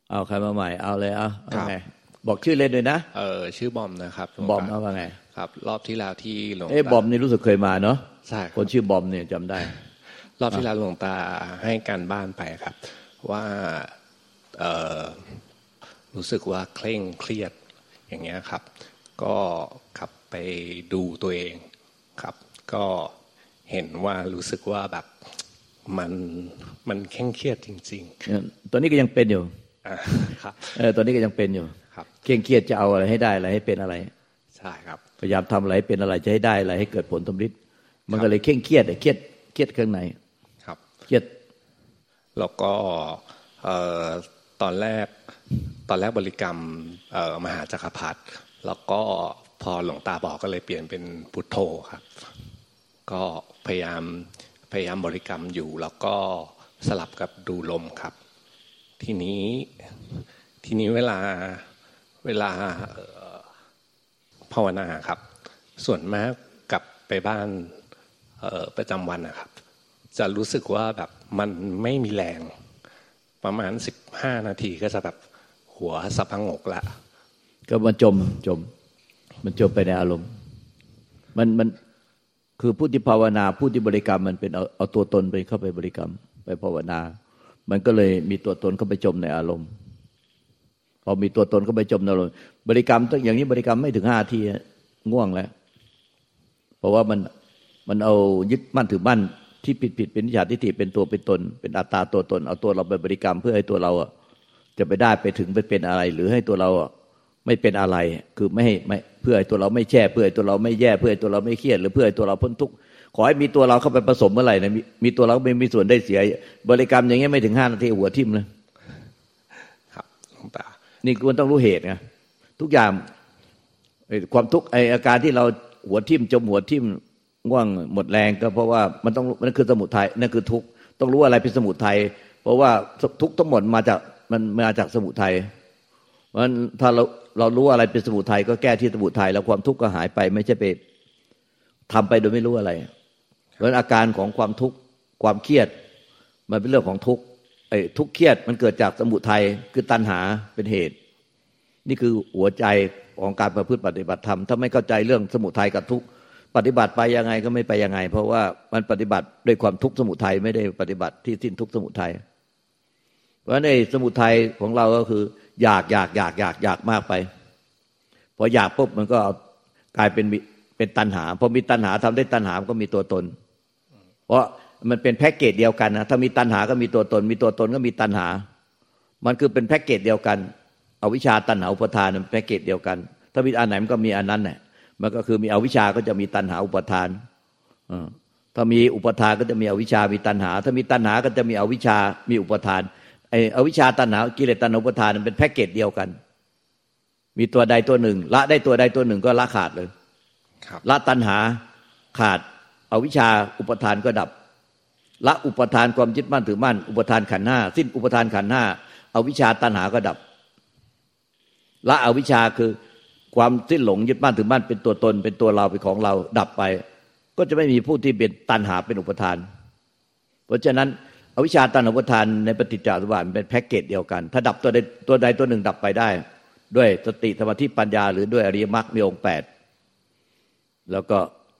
เอาใครมาใหม่เอาเลยเอาไงบอกชื่อเล่นด้วยนะชื่อบอมนะครับบอมเอาว่าไงครับรอบที่แล้วที่หลวงตาบอมนี่รู้สึกเคยมาเนาะใช่คนชื่อบอมเนี่ยจำได้รอบที่แล้วหลวงตาให้การบ้านไปครับว่ารู้สึกว่าเคร่งเครียดอย่างเงี้ยครับก็ขับไปดูตัวเองครับก็เห็นว่ารู้สึกว่าแบบมันเคร่งเครียดจริงๆตอนนี้ก็ยังเป็นอยู่ครับตอนนี้ก็ยังเป็นอยู่ครับเคร่งเครียดจะเอาอะไรให้ได้อะไรให้เป็นอะไรใช่ครับพยายามทำอะไรเป็นอะไรจะให้ได้อะไรให้เกิดผลสำเร็จมันก็เลยเคร่งเครียดเครียดข้างในครับเครียดแล้วก็ตอนแรกบริกรรมมหาจักรพรรดิแล้วก็พอหลวงตาบอกก็เลยเปลี่ยนเป็นพุทโธครับก็พยายามบริกรรมอยู่แล้วก็สลับกับดูลมครับทีนี้เวลาภาวนาครับส่วนมากกลับไปบ้านประจำวันนะครับจะรู้สึกว่าแบบมันไม่มีแรงประมาณ15 นาทีก็จะแบบหัวสับพงกละก็มันจมไปในอารมณ์มันคือผู้ที่ภาวนาผู้ที่บริกรรมมันเป็นเอาตัวตนไปเข้าไปบริกรรมไปภาวนามันก็เลยมีตัวตนเข้าไปจมในอารมณ์พอมีตัวตนเข้าไปจมในอารมณ์บริกรรมอย่างนี้บริกรรมไม่ถึง5 นาทีง่วงแล้วเพราะว่ามันเอายึดมั่นถือมั่นที่ผิดเป็นมิจฉาทิฏฐิเป็นตัวเป็นตนเป็นอัตตาตัวตนเอาตัวเราไปบริกรรมเพื่อให้ตัวเราจะไปได้ไปถึงไปเป็นอะไรหรือให้ตัวเราไม่เป็นอะไรคือไม่เพื่อให้ตัวเราไม่แช่เพื่อให้ตัวเราไม่แย่เพื่อให้ตัวเราไม่เครียดหรือเพื่อให้ตัวเราพ้นทุกข์ขอให้มีตัวเราเข้าไปผสมเมื่อไหร่นะมีตัวเราไม่มีส่วนได้เสียบริกรรมอย่างเงี้ยไม่ถึง5 นาทีหัวทิ่มเลยครับหลวงตานี่ควรต้องรู้เหตุไงทุกอย่างความทุกข์อาการที่เราหัวทิ่มจมหัวทิ่มง่วงหมดแรงก็เพราะว่ามันคือสมุทัยนั่นคือทุกข์ต้องรู้อะไรเป็นสมุทัยเพราะว่าทุกข์ทั้งหมดมาจากสมุทัยเพราะฉะนั้นถ้าเรารู้อะไรเป็นสมุทัยก็แก้ที่สมุทัยแล้วความทุกข์ก็หายไปไม่ใช่ไปทำไปโดยไม่รู้อะไรเพราะฉะนั้นอาการของความทุกข์ความเครียดมันเป็นเรื่องของทุกข์ทุกข์เครียดมันเกิดจากสมุทัยคือตัณหาเป็นเหตุนี่คือหัวใจของการประพฤติปฏิบัติธรรมถ้าไม่เข้าใจเรื่องสมุทัยกับทุกข์ปฏิบัติไปยังไงก็ไม่ไปยังไงเพราะว่ามันปฏิบัติด้วยความทุกข์สมุทัยไม่ได้ปฏิบัติที่สิ้นทุกข์สมุทัยเพราะในสมุทัยของเราก็คืออยากมากไปพออยากปุ๊บมันก็กลายเป็นตัณหาพอมีตัณหาทำได้ตัณหาก็มีตัวตนเพราะมันเป็นแพ็กเกจเดียวกันนะถ้ามีตัณหาก็มีตัวตนมีตัวตนก็มีตัณหามันคือเป็นแพ็กเกจเดียวกันอวิชชาตัณหาอุปาทานเป็นแพ็กเกจเดียวกันถ้ามีอันไหนมันก็มีอันนั้นแหละมันก็คือมีอวิชชาก็จะมีตัณหาอุปาทานถ้ามีอุปาทานก็จะมีอวิชชามีตัณหาถ้ามีตัณหาก็จะมีอวิชชามีอุปาทานอวิชชาตัณหากิเลสตัณหาอุปาทานมันเป็นแพ็กเกจเดียวกันมีตัวใดตัวหนึ่งละได้ตัวใดตัวหนึ่งก็ละขาดเลยละตัณหาขาดอวิชชาอุปาทานก็ดับละอุปาทานความยึดมั่นถือมั่นอุปาทานขันธ์5สิ้นอุปาทานขันธ์5อวิชชาตัณหาก็ดับละอวิชชาคือความสิ้นหลงยึดมั่นถือมั่นเป็นตัวตนเป็นตัวเราเป็นของเราดับไปก็จะไม่มีผู้ที่เป็นตัณหาเป็นอุปาทานเพราะฉะนั้นอวิชชาตัณหาอุปาทานในปฏิจจสมุปบาทเป็นแพ็กเกจเดียวกันถ้าดับตัวใดตัวหนึ่งดับไปได้ด้วยสติสมาธิปัญญาหรือด้วยอริยมรรคมีองค์8แล้วก็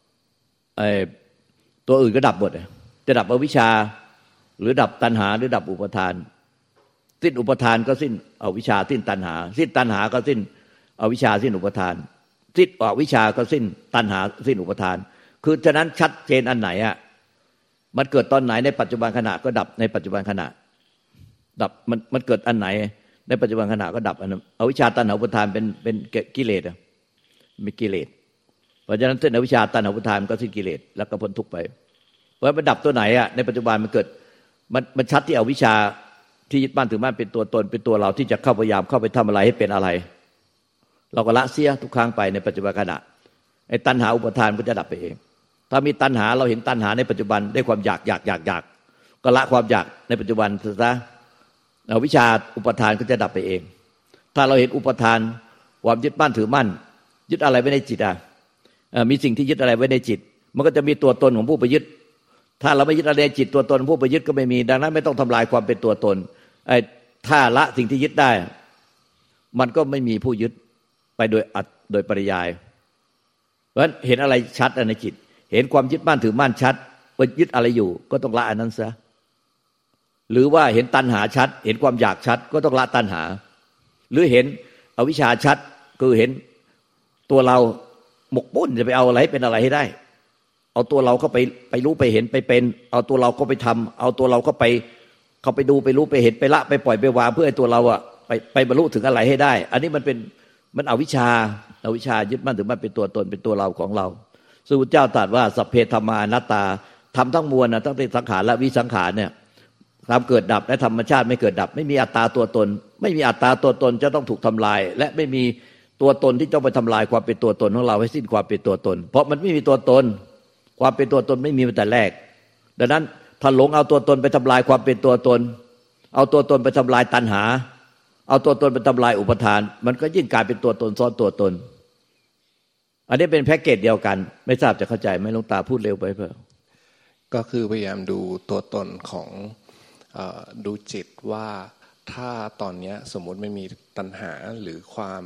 ตัวอื่นก็ดับหมดจะดับอวิชชาหรือดับตัณหาหรือดับอุปาทานสิ้นอุปาทานก็สิ้นอวิชชาสิ้นตัณหาสิ้นตัณหาก็สิ้นอวิชชาสิ้นอุปาทานสิ้นอวิชชาก็สิ้นตัณหาสิ้นอุปาทานคือฉะนั้นชัดเจนอันไหนมันเกิดตอนไหนในปัจจุบันขณะก็ดับในปัจจุบันขณะดับมันเกิดอันไหนในปัจจุบันขณะก็ดับอันนั้นอวิชชาตัณหาอุปาทานเป็นกิเลสมีกิเลสเพราะฉะนั้นสิ้นอวิชชาตัณหาอุปาทานก็สิ้นกิเลสแล้วก็พ้นทุกข์ไปเพราะมันดับตัวไหนในปัจจุบันมันเกิดมันชัดที่อวิชชาที่ยึดมั่นถือมั่นเป็นตัวตนเป็นตัวเราที่จะพยายามเข้าไปทำอะไรให้เป็นอะไรเราก็ละเสียทุกครั้งไปในปัจจุบันขณะไอ้ตัณหาอุปาทานก็จะดับไปเองถ้ามีตัณหาเราเห็นตัณหาในปัจจุบันได้ความอยากก็ละความอยากในปัจจุบันซะอวิชชาอุปาทานก็จะดับไปเองถ้าเราเห็นอุปาทานความยึดมั่นถือมั่นยึดอะไรไว้ในจิตมีสิ่งที่ยึดอะไรไว้ในจิตมันก็จะมีตัวตนของผู้ไปยึดถ้าเราไม่ยึดอะไรในจิตตัวตนผู้ไปยึดก็ไม่มีดังนั้นไม่ต้องทำลายความเป็นตัวตนถ้าละสิ่งที่ยึดได้มันก็ไม่มีผู้ยึดไปโดยปริยายเพราะฉะนั้นเห็นอะไรชัดในจิตเห็นความยึดมั่นถือมั่นชัดว่ายึดอะไรอยู่ก็ต้องละอันนั้นซะหรือว่าเห็นตัณหาชัดเห็นความอยากชัดก็ต้องละตัณหาหรือเห็นอวิชชาชัดคือเห็นตัวเราหมกมุ่นจะไปเอาอะไรเป็นอะไรให้ได้เอาตัวเราก็ไปรู้ไปเห็นไปเป็นเอาตัวเราก็ไปทำเอาตัวเราก็ไปดูไปรู้ไปเห็นไปละไปปล่อยไปวางเพื่อให้ตัวเราอะไปบรรลุถึงอะไรให้ได้อันนี้มันอวิชชายึดมั่นถือมั่นเป็นตัวตนเป็นตัวเราของเราซึ่งพระเจ้าตรัสว่าสัพเพธรรมานัตตาทำทั้งมวลนะทั้งที่สังขารและวิสังขารเนี่ยทำเกิดดับและธรรมชาติไม่เกิดดับไม่มีอัตตาตัวตนไม่มีอัตตาตัวตนจะต้องถูกทำลายและไม่มีตัวตนที่ต้องไปทำลายความเป็นตัวตนของเราให้สิ้นความเป็นตัวตนเพราะมันไม่มีตัวตนความเป็นตัวตนไม่มีมาแต่แรกดังนั้นถ้าหลงเอาตัวตนไปทำลายความเป็นตัวตนเอาตัวตนไปทำลายตัณหาเอาตัวตนไปทำลายอุปทานมันก็ยิ่งกลายเป็นตัวตนซ้อนตัวตนอันนี้เป็นแพ็กเกจเดียวกันไม่ทราบจะเข้าใจไหมหลวงตาพูดเร็วไปเปล่าก็คือพยายามดูตัวตนของดูจิตว่าถ้าตอนนี้สมมติไม่มีตัณหาหรือ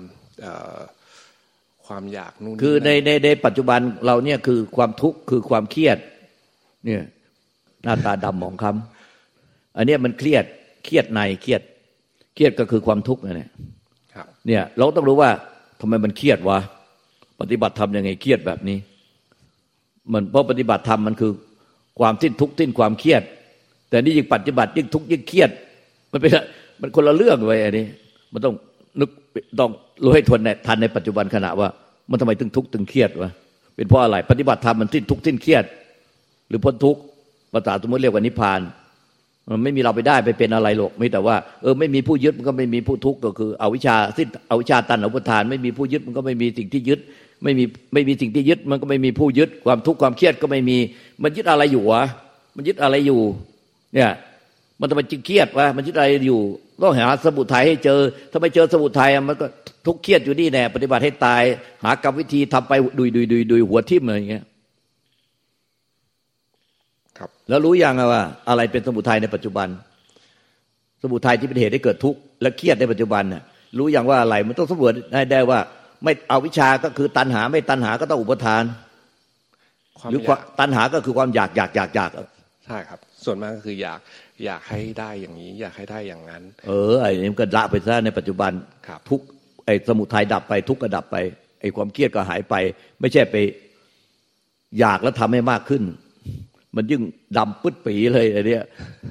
ความอยากนู่นคือในปัจจุบันเราเนี่ยคือความทุกข์คือความเครียดเนี่ยหน้าตาดำหมองคล้ำอันนี้มันเครียดในเครียดก็คือความทุกข์เนี่ยเราต้องรู้ว่าทำไมมันเครียดวะปฏิบัติธรรมยังไงเครียดแบบนี้มันเพราะปฏิบัติธรรมมันคือความสิ้นทุกข์สิ้นความเครียดแต่นี่ยิ่งปฏิบัติยิ่งทุกข์ยิ่งเครียดมันคนละเรื่องไว้อันนี้มันต้องนึกต้องรู้ให้ทันในปัจจุบันขณะว่ามันทำไมถึงทุกข์ถึงเครียดวะเป็นเพราะอะไรปฏิบัติธรรมมันสิ้นทุกข์สิ้นเครียดหรือพ้นทุกข์ภาษาสมมติเรียกว่านิพพานมันไม่มีเราไปได้ไปเป็นอะไรหรอกไม่แต่ว่าไม่มีผู้ยึดมันก็ไม่มีผู้ทุกข์ก็คืออวิชชาสิ้นอวิชชาตัณหาอุปทานไม่มีผู้ยึดมันก็ไม่มีสิ่งที่ยึดไม่มีสิ่งที่ยึดมันก็ไม่มีผู้ยึดความทุกข์ความเครียดก็ไม่มีมันยึดอะไรอยู่วะมันยึดอะไรอยู่เนี่ยมันทำไมจึงเครียดวะมันยึดอะไรอยู่ต้องหาสมุทัยให้เจอถ้าไม่เจอสมุทัยมันก็ทุกข์เครียดอยู่นี่แน่ปฏิบัติให้ตายหากรรมวิธีทำไปดุยหัวทิ่มอะไรอย่างเงี้ยครับแล้วรู้ยังว่าอะไรเป็นสมุทัยในปัจจุบันสมุทัยที่เป็นเหตุให้เกิดทุกข์และเครียดในปัจจุบันน่ะรู้ยังว่าอะไรมันต้องสำรวจให้ได้ว่าไม่เอาวิชาก็คือตัณหาไม่ตัณหาก็ต้องอุปทานหรือตัณหาก็คือความอยากใช่ครับส่วนมากก็คืออยากให้ได้อย่างนี้อยากให้ได้อย่างนั้นไอ้นี่มันก็ละไปซะในปัจจุบันทุกไอ้สมุทัยดับไปทุกข์ก็ดับไปไอ้ความเครียดก็หายไปไม่ใช่ไปอยากแล้วทำให้มากขึ้นมันยิ่งดำปึ๊ดปีเลยไอ้นี่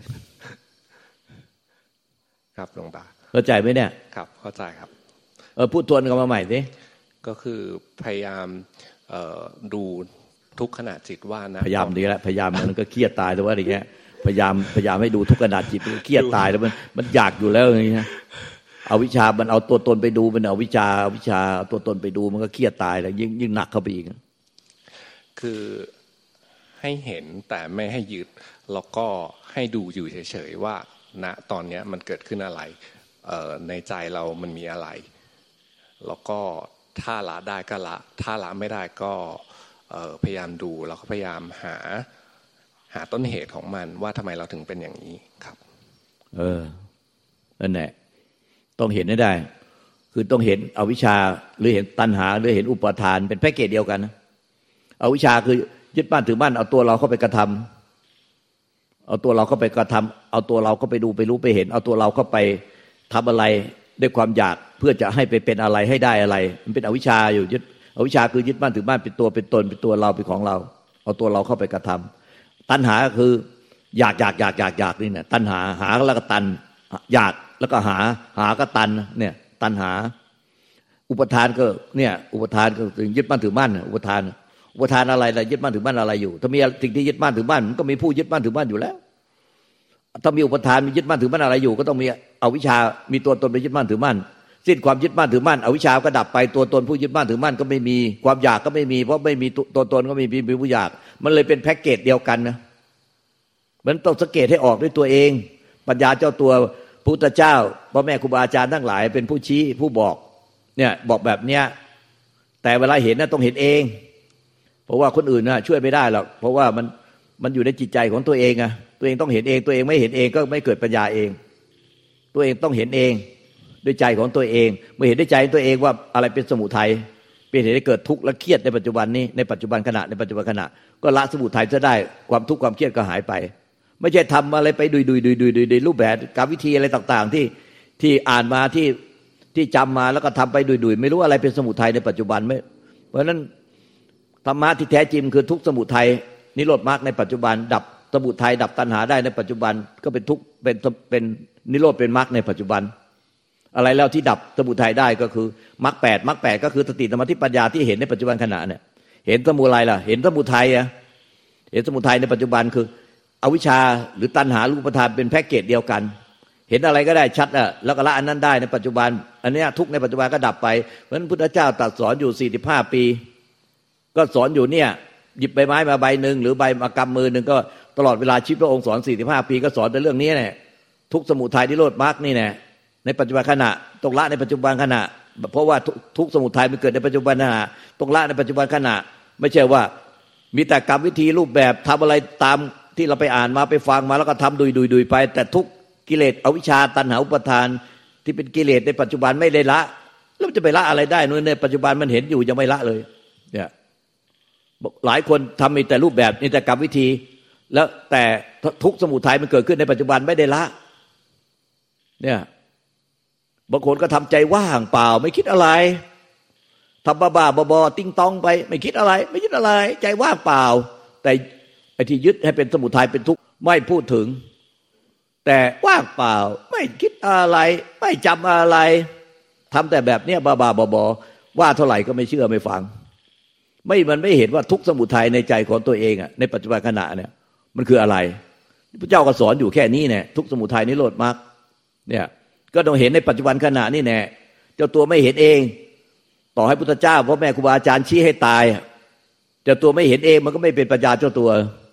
ครับหลวงตาเข้าใจไหมเนี่ยครับเข้าใจครับพูดทวนกันมาใหม่สิก็คือพยายามดูทุกขณะจิตว่านะพยายามดีแล้วพยายามมันก็เครียดตายแต่ว่าอย่างเงี้ยพยายามให้ดูทุกขณะจิตมันเครียดตายแล้วมันอยากอยู่แล้วอย่างเงี้ยเอาวิชามันเอาตัวตนไปดูมันเอาวิชาตัวตนไปดูมันก็เครียดตายแล้วยิ่งหนักเข้าไปอีกคือให้เห็นแต่ไม่ให้ยึดแล้วก็ให้ดูอยู่เฉยๆว่าณตอนนี้มันเกิดขึ้นอะไรในใจเรามันมีอะไรแล้วก็ถ้าละได้ก็ละถ้าละไม่ได้ก็พยายามดูแล้วก็พยายามหาต้นเหตุของมันว่าทำไมเราถึงเป็นอย่างนี้ครับนั่นแหละต้องเห็นให้ได้คือต้องเห็นอวิชชาหรือเห็นตัณหาหรือเห็นอุปาทานเป็นแพ็กเกจเดียวกันนะอวิชชาคือยึดมั่นถือมั่นเอาตัวเราเข้าไปกระทำเอาตัวเราเข้าไปกระทำเอาตัวเราเข้าไปดูไปรู้ไปเห็นเอาตัวเราเข้าไปทำอะไรด้วยความอยากเพื่อจะให้ไปเป็นอะไรให้ได้อะไรมันเป็นอวิชชาอยู่ยึดอวิชชาคือยึดมั่นถือมั่นเป็นตัวเป็นตนเป็นตัวเราเป็นของเราเอาตัวเราเข้าไปกระทำตัณหาคืออยากนี่เนี่ยตัณหาหาแล้วก็ตันอยากแล้วก็หาก็ตันเนี่ยตัณหาอุปทานก็เนี่ยอุปทานก็ยึดมั่นถือมั่นอุปทานอะไรล่ะยึดมั่นถือมั่นอะไรอยู่ถ้ามีสิ่งที่ยึดมั่นถือมั่นมันก็มีผู้ยึดมั่นถือมั่นอยู่แล้วถ้ามีอุปทานมียึดมั่นถือมั่นอะไรอยู่ก็ต้องมีอวิชชามีตัวตนไปยึดมั่นถือมั่นสิ้นความยึดมั่นถือมั่นอวิชชาก็ดับไปตัวตนผู้ยึดมั่นถือมั่นก็ไม่มีความอยากก็ไม่มีเพราะไม่มีตัวตนก็ไม่มีผู้อยากมันเลยเป็นแพ็กเกจเดียวกันนะมันต้องสังเกตให้ออกด้วยตัวเองปัญญาเจ้าตัวพุทธเจ้าพ่อแม่ครูบาอาจารย์ทั้งหลายเป็นผู้ชี้ผู้บอกเนี่ยบอกแบบเนี้ยแต่เวลาเห็นน่ะต้องเห็นเองเพราะว่าคนอื่นน่ะช่วยไม่ได้หรอกเพราะว่ามันอยู่ในจิตใจของตัวเองอะตัวเองต้องเห็นเองตัวเองไม่เห็นเองก็ไม่เกิดปัญญาเองตัวเองต้องเห็นเองด้วยใจของตัวเองเมื่อเห็นด้วยใจตัวเองว่าอะไรเป็นสมุทัยเป็นเหตุให้เกิดทุกข์และเครียดในปัจจุบันนี้ในปัจจุบันขณะในปัจจุบันขณะก็ละสมุทัยจะได้ความทุกข์ความเครียดก็หายไปไม่ใช่ทำอะไรไปดุยรูปแบบกรรมวิธีอะไรต่างๆที่อ่านมาที่จำมาแล้วก็ทำไปดุยไม่รู้อะไรเป็นสมุทัยในปัจจุบันไม่เพราะฉะนั้นธรรมะที่แท้จริงคือทุกสมุทัยนิโรธมรรคในปัจจุบันดับสมุทัยดับตัณหาได้ในปัจจุบันก็เป็นทุกข์เป็นนิโรธเป็นมรรคในปัจจุบันอะไรแล้วที่ดับสมุทัยได้ก็คือมรรคแปดก็คือสติสมาธิปัญญาที่เห็นในปัจจุบันขณะเนี่ยเห็นสมุทัยล่ะเห็นสมุทัยอ่ะเห็นสมุทัยในปัจจุบันคืออวิชชาหรือตัณหารูปทานเป็นแพ็กเกจเดียวกันเห็นอะไรก็ได้ชัดอ่ะแล้วก็ละอันนั้นได้ในปัจจุบันอันนี้ทุกในปัจจุบันก็ดับไปเพราะฉะนั้นพุทธเจ้าตรัสสอนอยู่45ปีก็สอนอยู่เนี่ยหยิบใบไม้มาใบนึงหรือใบมากำมือนึงก็ตลอดเวลาชีวิตพระองค์สอน45ปีก็สอนแต่เรื่องนี้แหละทุกสมุทัยนิโรธมรรคนี่แหละในปัจจุบันขณะตรงละในปัจจุบันขณะเพราะว่าทุกสมุทัยมันเกิดในปัจจุบันขณะตรงละในปัจจุบันขณะไม่ใช่ว่ามีแต่กรรมวิธีรูปแบบทำอะไรตามที่เราไปอ่านมาไปฟังมาแล้วก็ทำดุยไปแต่ทุกกิเลสอวิชชาตัณหาอุปทานที่เป็นกิเลสในปัจจุบันไม่ได้ละแล้วจะไปละอะไรได้ในปัจจุบันมันเห็นอยู่ยังไม่ละเลยเนี่ยหลายคนทำมีแต่รูปแบบมีแต่กรรมวิธีแล้วแต่ทุกสมุทัยมันเกิดขึ้นในปัจจุบันไม่ได้ละเนี่ยบางคนก็ทำใจว่างเปล่าไม่คิดอะไรทำบ้าบอติ้งต้องไปไม่คิดอะไรไม่คิดอะไรใจว่างเปล่าแต่ไอ้ที่ยึดให้เป็นสมุทัยเป็นทุกข์ไม่พูดถึงแต่ว่างเปล่าไม่คิดอะไรไม่จำอะไรทำแต่แบบเนี้ยบ้าบอว่าเท่าไหร่ก็ไม่เชื่อไม่ฟังมันไม่เห็นว่าทุกสมุทัยในใจของตัวเองอ่ะในปัจจุบันขณะเนี่ยมันคืออะไรพระเจ้าก็สอนอยู่แค่นี้เนี่ยทุกสมุทัยนิโรธมรรคเนี่ยก็ต้องเห็นในปัจจุบันขณะนี่แน่เจ้าตัวไม่เห็นเองต่อให้พุทธเจ้าพ่อแม่ครูบาอาจารย์ชี้ให้ตายเจ้าตัวไม่เห็นเองมันก็ไม่เป็นปัญญาเจ้าตัว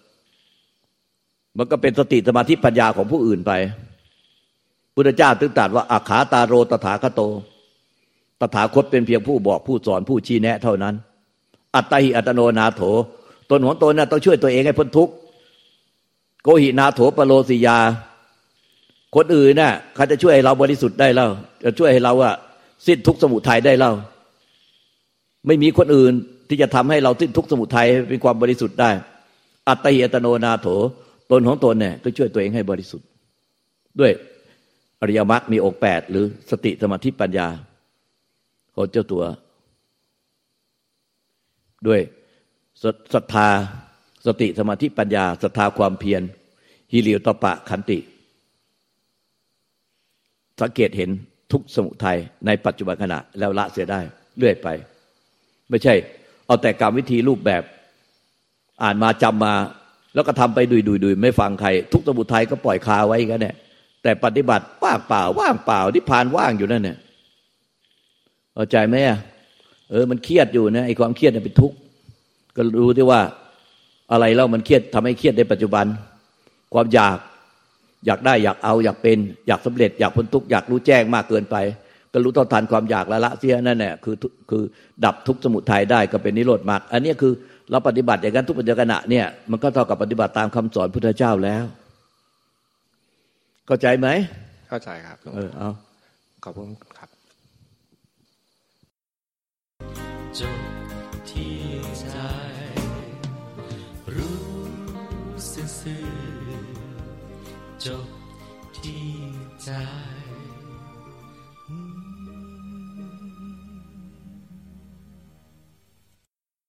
มันก็เป็นสติสมาธิปัญญาของผู้อื่นไปพุทธเจ้าตรัสว่าอัคขาตาโรตถาคโตตถาคตเป็นเพียงผู้บอกผู้สอนผู้ชี้แนะเท่านั้นอัตตหิอัตโนนาโถตนของตนน่ะต้องช่วยตัวเองให้พ้นทุกข์โกหินาโถปโลสิยาคนอื่นน่ะเขาจะช่วยให้เราบริสุทธิ์ได้เล่าจะช่วยให้เราอะสิ้นทุกข์สมุทัยได้เล่าไม่มีคนอื่นที่จะทำให้เราสิ้นทุกข์สมุทัยเป็นความบริสุทธิ์ได้อัตตหิอัตโนนาโถตนของตนเนี่ยต้องช่วยตัวเองให้บริสุทธิ์ด้วยอริยมรรคมีองค์8หรือสติสมาธิปัญญาของเจ้าตัวด้วยศรัทธาสติสมาธิปัญญาศรัทธาความเพียรหิริโอตปปะขันติสังเกตเห็นทุกสมุทัยในปัจจุบันขณะแล้วละเสียได้เรื่อยไปไม่ใช่เอาแต่กรรมวิธีรูปแบบอ่านมาจำมาแล้วก็ทำไปดุยไม่ฟังใครทุกสมุทัยก็ปล่อยคาไว้กันเนี่ยแต่ปฏิบัติว่างเปล่านิพพานว่างอยู่นั่นเนี่ยเข้าใจไหมอ่ะมันเครียดอยู่นะไอ้ความเครียดเนี่ยเป็นทุกข์ก็รู้ที่ว่าอะไรแล้วมันเครียดทำให้เครียดในปัจจุบันความอยากได้อยากเอาอยากเป็นอยากสำเร็จอยากพ้นทุกข์อยากรู้แจ้งมากเกินไปก็รู้เท่าทันความอยากละเสียนั่นแหละคือดับทุกข์สมุทัยได้ก็เป็นนิโรธมรรคอันนี้คือเราปฏิบัติอย่างนั้นทุกปัจจุบันเนี่ยมันก็เท่ากับปฏิบัติตามคำสอนพุทธเจ้าแล้วเข้าใจไหมเข้าใจครับเอาขอบคุณครับจบที่ใจรู้ซื่อจบที่ใจ